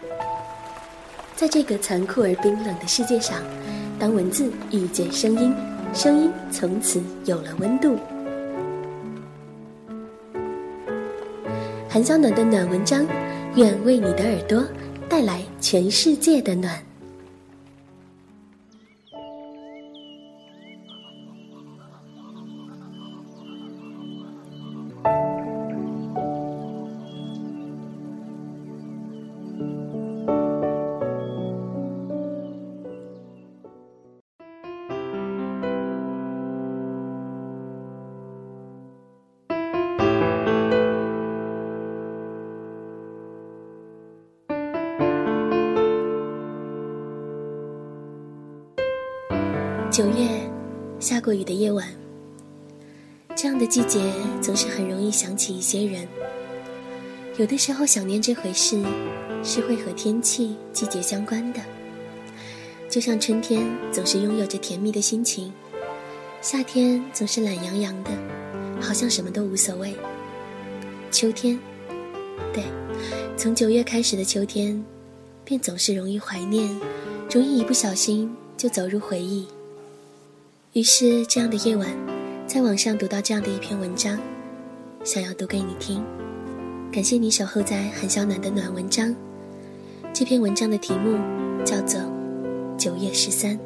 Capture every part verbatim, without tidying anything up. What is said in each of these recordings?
在这个残酷而冰冷的世界上，当文字遇见声音，声音从此有了温度。韩小暖的暖文章，愿为你的耳朵带来全世界的暖。九月，下过雨的夜晚，这样的季节总是很容易想起一些人。有的时候想念这回事是会和天气季节相关的，就像春天总是拥有着甜蜜的心情，夏天总是懒洋洋的，好像什么都无所谓。秋天，对，从九月开始的秋天便总是容易怀念，容易一不小心就走入回忆。于是这样的夜晚，在网上读到这样的一篇文章，想要读给你听。感谢你守候在韩小暖的暖文章。这篇文章的题目叫做九月十三。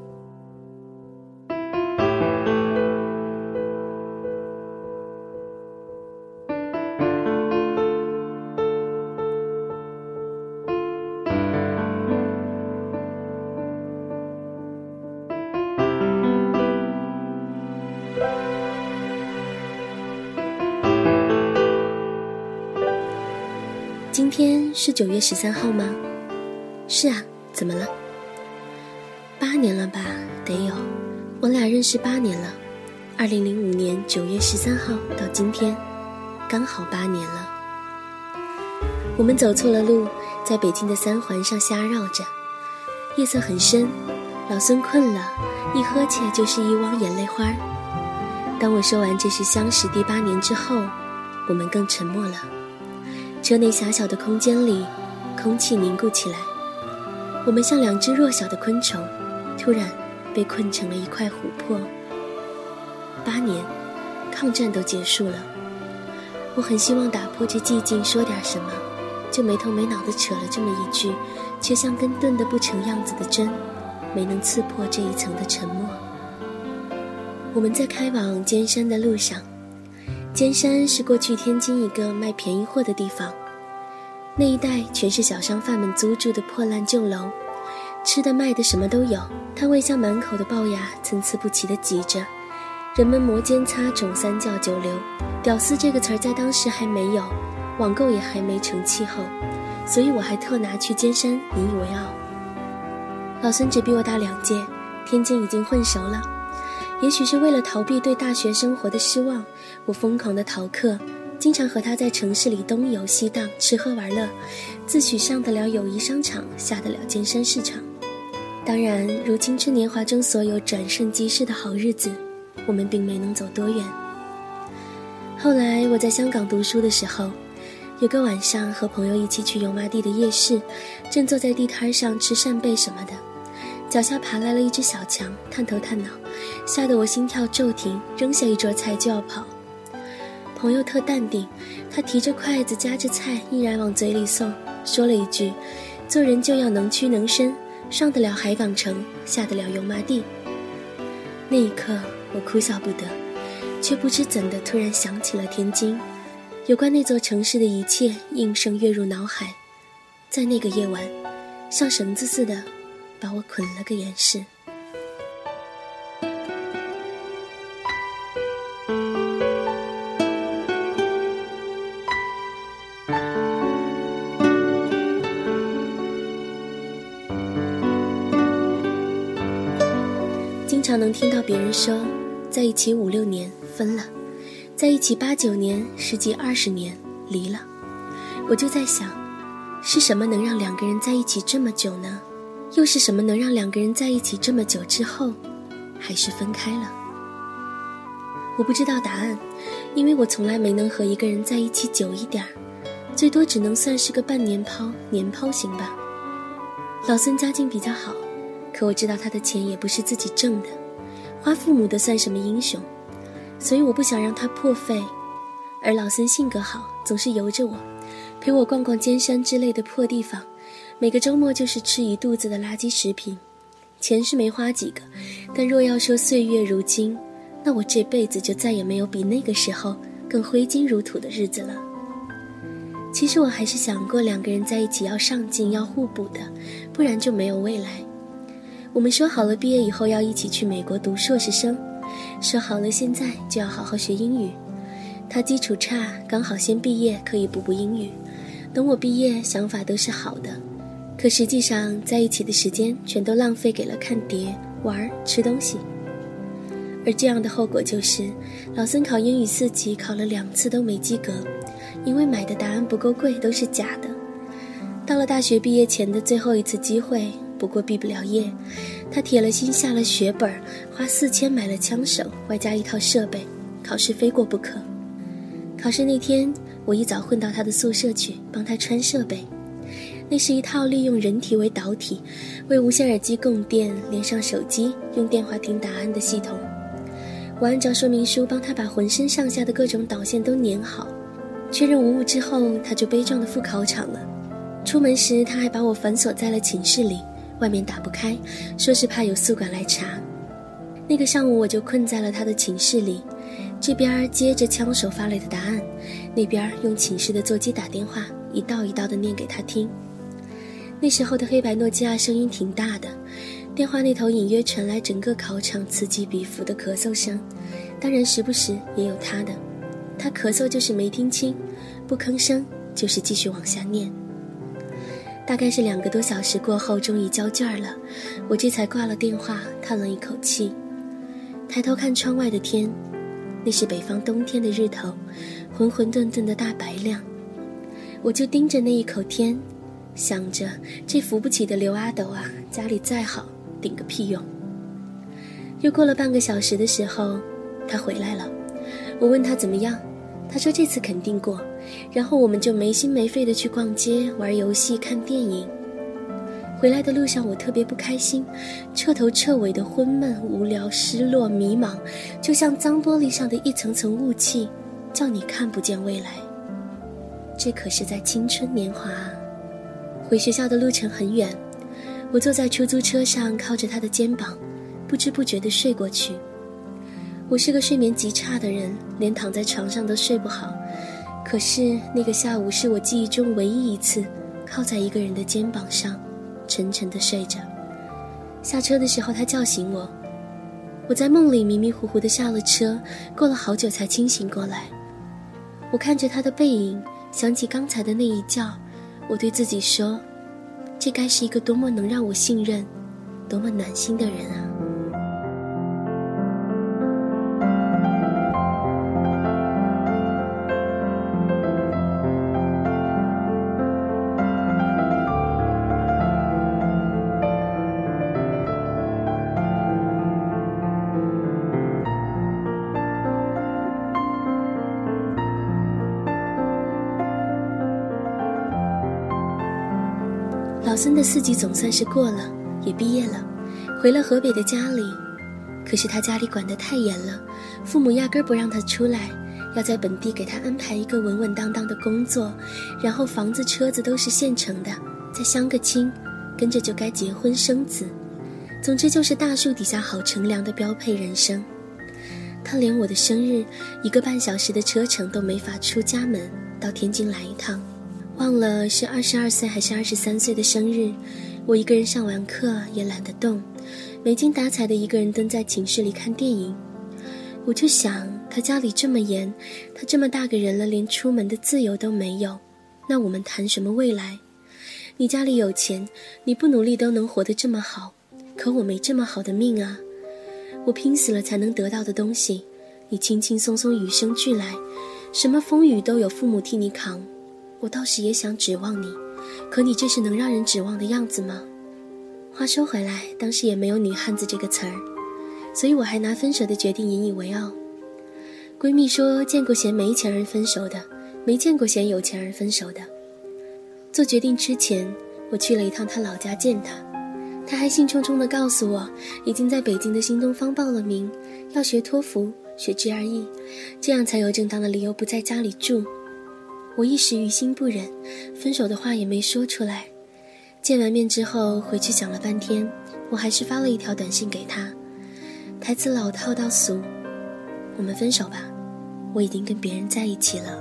今天是九月十三号吗？是啊，怎么了？八年了吧，得有，我俩认识八年了。二零零五年九月十三号到今天，刚好八年了。我们走错了路，在北京的三环上瞎绕着，夜色很深，老孙困了，一呵欠就是一汪眼泪花。当我说完这是相识第八年之后，我们更沉默了。车内狭小的空间里，空气凝固起来，我们像两只弱小的昆虫，突然被困成了一块琥珀。八年，抗战都结束了，我很希望打破这寂静说点什么，就没头没脑地扯了这么一句，却像根钝的不成样子的针，没能刺破这一层的沉默。我们在开往尖山的路上，尖山是过去天津一个卖便宜货的地方，那一带全是小商贩们租住的破烂旧楼，吃的卖的什么都有，摊位像满口的龅牙，参差不齐地挤着，人们摩肩擦踵，三教九流。屌丝这个词儿在当时还没有，网购也还没成气候，所以我还特拿去尖山引以为傲。老孙只比我大两届，天津已经混熟了。也许是为了逃避对大学生活的失望，我疯狂的逃课，经常和他在城市里东游西荡，吃喝玩乐，自诩上得了友谊商场，下得了尖山市场。当然，如青春年华中所有转瞬即逝的好日子，我们并没能走多远。后来我在香港读书的时候，有个晚上和朋友一起去油麻地的夜市，正坐在地摊上吃扇贝什么的，脚下爬来了一只小强，探头探脑，吓得我心跳骤停，扔下一桌菜就要跑。朋友特淡定，他提着筷子夹着菜依然往嘴里送，说了一句，做人就要能屈能伸，上得了海港城，下得了油麻地。那一刻我哭笑不得，却不知怎的突然想起了天津，有关那座城市的一切应声跃入脑海，在那个夜晚像绳子似的把我捆了个严实。经常能听到别人说，在一起五六年分了，在一起八九年十几二十年离了。我就在想，是什么能让两个人在一起这么久呢？又是什么能让两个人在一起这么久之后还是分开了？我不知道答案，因为我从来没能和一个人在一起久一点， 最多只能算是个半年抛、年抛型吧。老孙家境比较好，可我知道他的钱也不是自己挣的，花父母的算什么英雄，所以我不想让他破费。而老孙性格好，总是由着我，陪我逛逛尖山之类的破地方，每个周末就是吃一肚子的垃圾食品。钱是没花几个，但若要说岁月如金，那我这辈子就再也没有比那个时候更挥金如土的日子了。其实我还是想过两个人在一起要上进，要互补的，不然就没有未来。我们说好了毕业以后要一起去美国读硕士生，说好了现在就要好好学英语。他基础差，刚好先毕业可以补补英语，等我毕业想法都是好的，可实际上在一起的时间全都浪费给了看碟、玩、吃东西。而这样的后果就是，老孙考英语四级考了两次都没及格，因为买的答案不够贵，都是假的。到了大学毕业前的最后一次机会，不过毕不了业，他铁了心下了血本，花四千买了枪手，外加一套设备，考试非过不可。考试那天，我一早混到他的宿舍去，帮他穿设备。那是一套利用人体为导体，为无线耳机供电，连上手机，用电话听答案的系统。我按照说明书帮他把浑身上下的各种导线都粘好，确认无误之后，他就悲壮地赴考场了。出门时他还把我反锁在了寝室里，外面打不开，说是怕有宿管来查。那个上午我就困在了他的寝室里，这边接着枪手发来的答案，那边用寝室的座机打电话，一道一道地念给他听。那时候的黑白诺基亚声音挺大的，电话那头隐约传来整个考场此起彼伏的咳嗽声，当然时不时也有他的。他咳嗽就是没听清，不吭声就是继续往下念。大概是两个多小时过后，终于交卷了，我这才挂了电话，叹了一口气，抬头看窗外的天，那是北方冬天的日头，浑浑沌沌的大白亮。我就盯着那一口天，想着这扶不起的刘阿斗啊，家里再好顶个屁用。又过了半个小时的时候，他回来了，我问他怎么样，他说这次肯定过，然后我们就没心没肺地去逛街、玩游戏、看电影。回来的路上我特别不开心，彻头彻尾的昏闷、无聊、失落、迷茫，就像脏玻璃上的一层层雾气，叫你看不见未来。这可是在青春年华啊。回学校的路程很远，我坐在出租车上，靠着他的肩膀，不知不觉地睡过去。我是个睡眠极差的人，连躺在床上都睡不好，可是那个下午是我记忆中唯一一次靠在一个人的肩膀上沉沉地睡着。下车的时候他叫醒我，我在梦里迷迷糊糊地下了车，过了好久才清醒过来。我看着他的背影，想起刚才的那一觉，我对自己说，这该是一个多么能让我信任、多么暖心的人啊。老孙的四级总算是过了，也毕业了，回了河北的家里。可是他家里管得太严了，父母压根不让他出来，要在本地给他安排一个稳稳当当的工作，然后房子车子都是现成的，再相个亲，跟着就该结婚生子。总之就是大树底下好乘凉的标配人生。他连我的生日一个半小时的车程都没法出家门，到天津来一趟。忘了是二十二岁还是二十三岁的生日，我一个人上完课也懒得动，没精打采的一个人蹲在寝室里看电影。我就想，他家里这么严，他这么大个人了，连出门的自由都没有，那我们谈什么未来？你家里有钱，你不努力都能活得这么好，可我没这么好的命啊。我拼死了才能得到的东西，你轻轻松松与生俱来，什么风雨都有父母替你扛。我倒是也想指望你，可你这是能让人指望的样子吗？话说回来，当时也没有女汉子这个词儿，所以我还拿分手的决定引以为傲。闺蜜说见过嫌没钱而分手的， 没见过嫌有钱而分手的。做决定之前，我去了一趟他老家见他，他还兴冲冲地告诉我，已经在北京的新东方报了名，要学托福，学 G R E， 这样才有正当的理由不在家里住。我一时于心不忍，分手的话也没说出来。见完面之后回去想了半天，我还是发了一条短信给他，台词老套到俗，我们分手吧，我已经跟别人在一起了。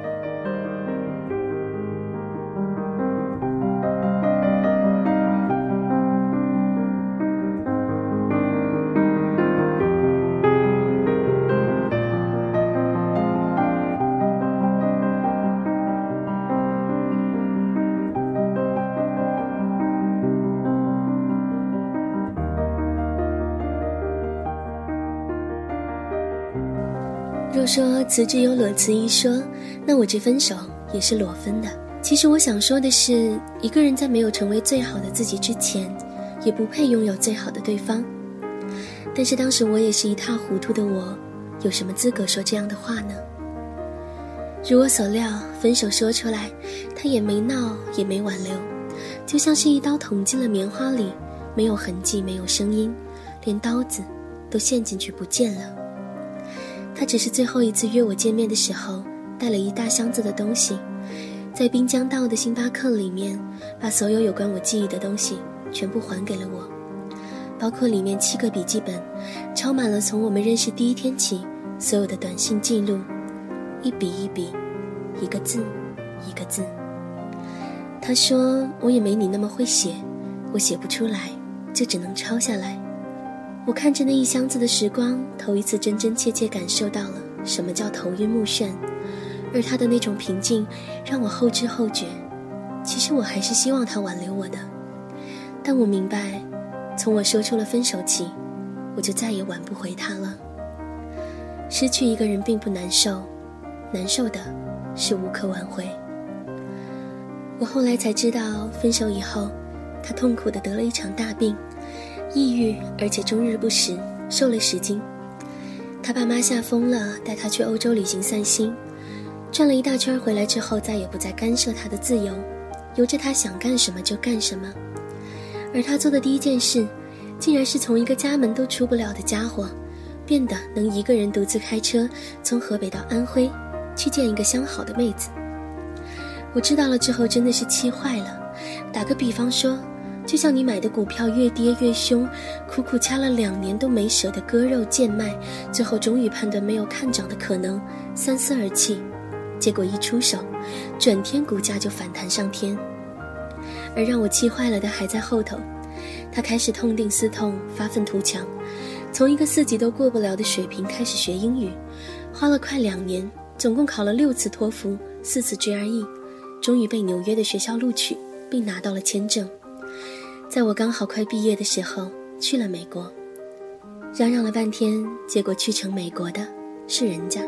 若说辞职有裸辞一说，那我这分手也是裸分的。其实我想说的是，一个人在没有成为最好的自己之前，也不配拥有最好的对方。但是当时我也是一塌糊涂的我，有什么资格说这样的话呢？如我所料，分手说出来，他也没闹，也没挽留，就像是一刀捅进了棉花里，没有痕迹，没有声音，连刀子都陷进去不见了。他只是最后一次约我见面的时候，带了一大箱子的东西，在滨江道的星巴克里面，把所有有关我记忆的东西全部还给了我，包括里面七个笔记本，抄满了从我们认识第一天起所有的短信记录，一笔一笔，一个字一个字。他说我也没你那么会写，我写不出来，就只能抄下来。我看着那一箱子的时光，头一次真真切切感受到了什么叫头晕目眩，而他的那种平静让我后知后觉。其实我还是希望他挽留我的，但我明白，从我说出了分手起，我就再也挽不回他了。失去一个人并不难受，难受的是无可挽回。我后来才知道，分手以后，他痛苦地得了一场大病，抑郁，而且终日不食，瘦了十斤。他爸妈吓疯了，带他去欧洲旅行散心，转了一大圈回来之后，再也不再干涉他的自由，由着他想干什么就干什么。而他做的第一件事，竟然是从一个家门都出不了的家伙，变得能一个人独自开车从河北到安徽，去见一个相好的妹子。我知道了之后真的是气坏了。打个比方说，就像你买的股票越跌越凶，苦苦掐了两年都没舍得割肉贱卖，最后终于判断没有看涨的可能，三思而弃，结果一出手，转天股价就反弹上天。而让我气坏了的还在后头，他开始痛定思痛，发愤图强，从一个四级都过不了的水平开始学英语，花了快两年，总共考了六次托福，四次 G R E， 终于被纽约的学校录取，并拿到了签证。在我刚好快毕业的时候，去了美国，嚷嚷了半天，结果去成美国的是人家。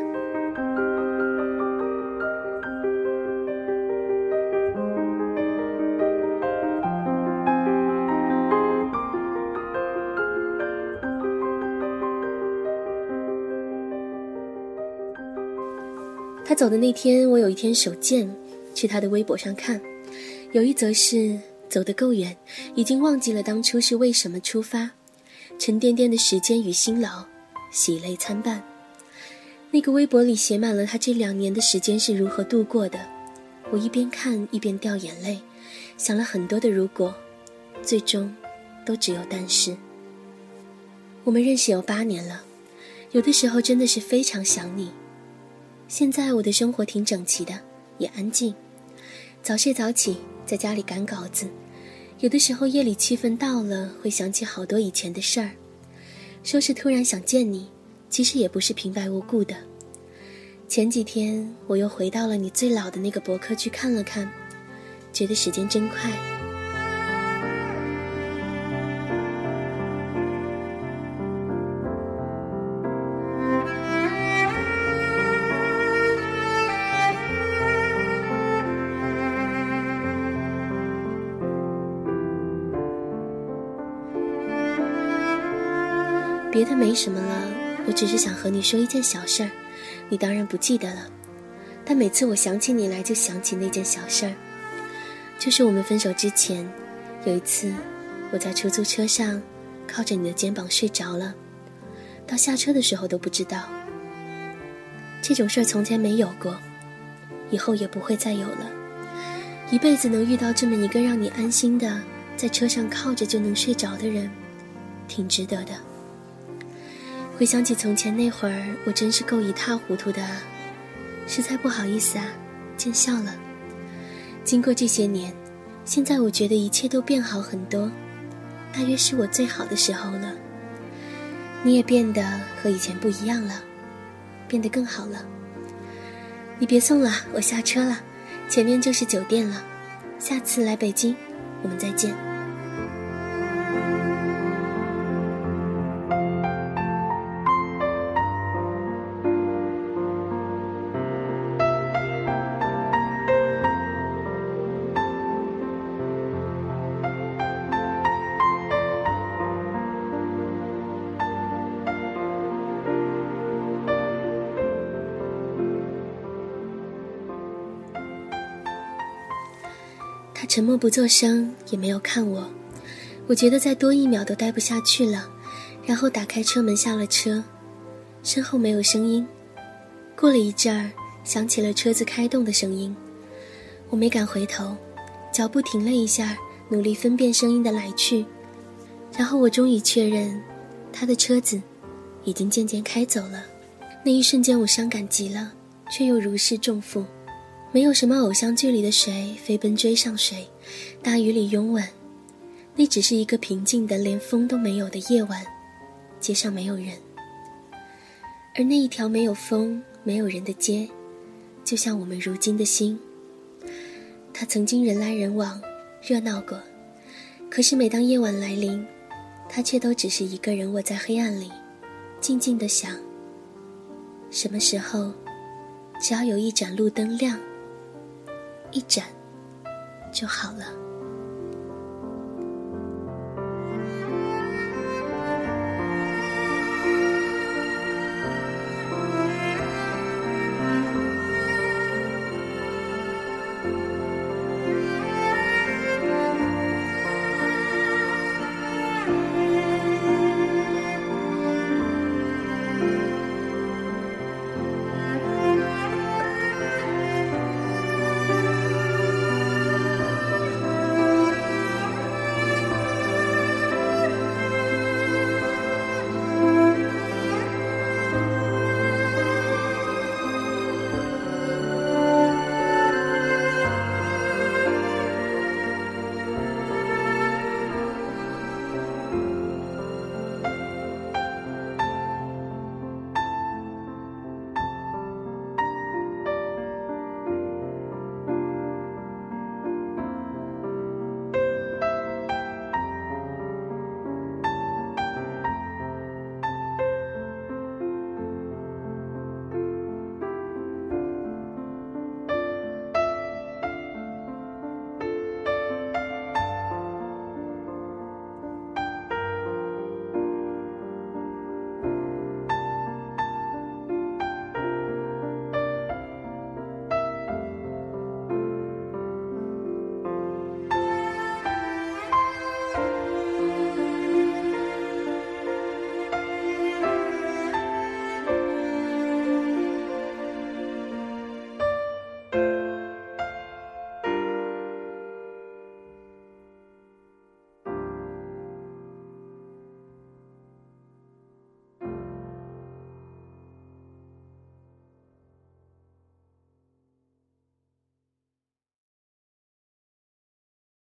他走的那天，我有一天手贱，去他的微博上看，有一则是走得够远，已经忘记了当初是为什么出发，沉甸甸的时间与辛劳，喜泪参半。那个微博里写满了他这两年的时间是如何度过的，我一边看一边掉眼泪，想了很多的如果，最终都只有但是。我们认识有八年了，有的时候真的是非常想你。现在我的生活挺整齐的，也安静，早睡早起，在家里赶稿子，有的时候夜里气氛到了，会想起好多以前的事儿，说是突然想见你，其实也不是平白无故的。前几天我又回到了你最老的那个博客去看了看，觉得时间真快。别的没什么了，我只是想和你说一件小事儿，你当然不记得了。 但每次我想起你来，就想起那件小事儿，就是我们分手之前，有一次我在出租车上靠着你的肩膀睡着了，到下车的时候都不知道。这种事儿从前没有过，以后也不会再有了。一辈子能遇到这么一个让你安心的在车上靠着就能睡着的人，挺值得的。回想起从前那会儿，我真是够一塌糊涂的啊，实在不好意思啊，见笑了。经过这些年，现在我觉得一切都变好很多，大约是我最好的时候了。你也变得和以前不一样了，变得更好了。你别送了，我下车了，前面就是酒店了，下次来北京我们再见。他沉默不作声，也没有看我。我觉得再多一秒都待不下去了，然后打开车门下了车，身后没有声音。过了一阵儿，响起了车子开动的声音，我没敢回头，脚步停了一下，努力分辨声音的来去。然后我终于确认，他的车子已经渐渐开走了。那一瞬间我伤感极了，却又如释重负。没有什么偶像剧里的谁飞奔追上谁，大雨里拥吻，那只是一个平静的连风都没有的夜晚，街上没有人。而那一条没有风没有人的街，就像我们如今的心，它曾经人来人往，热闹过，可是每当夜晚来临，它却都只是一个人窝在黑暗里，静静地想，什么时候只要有一盏路灯亮，一盏就好了。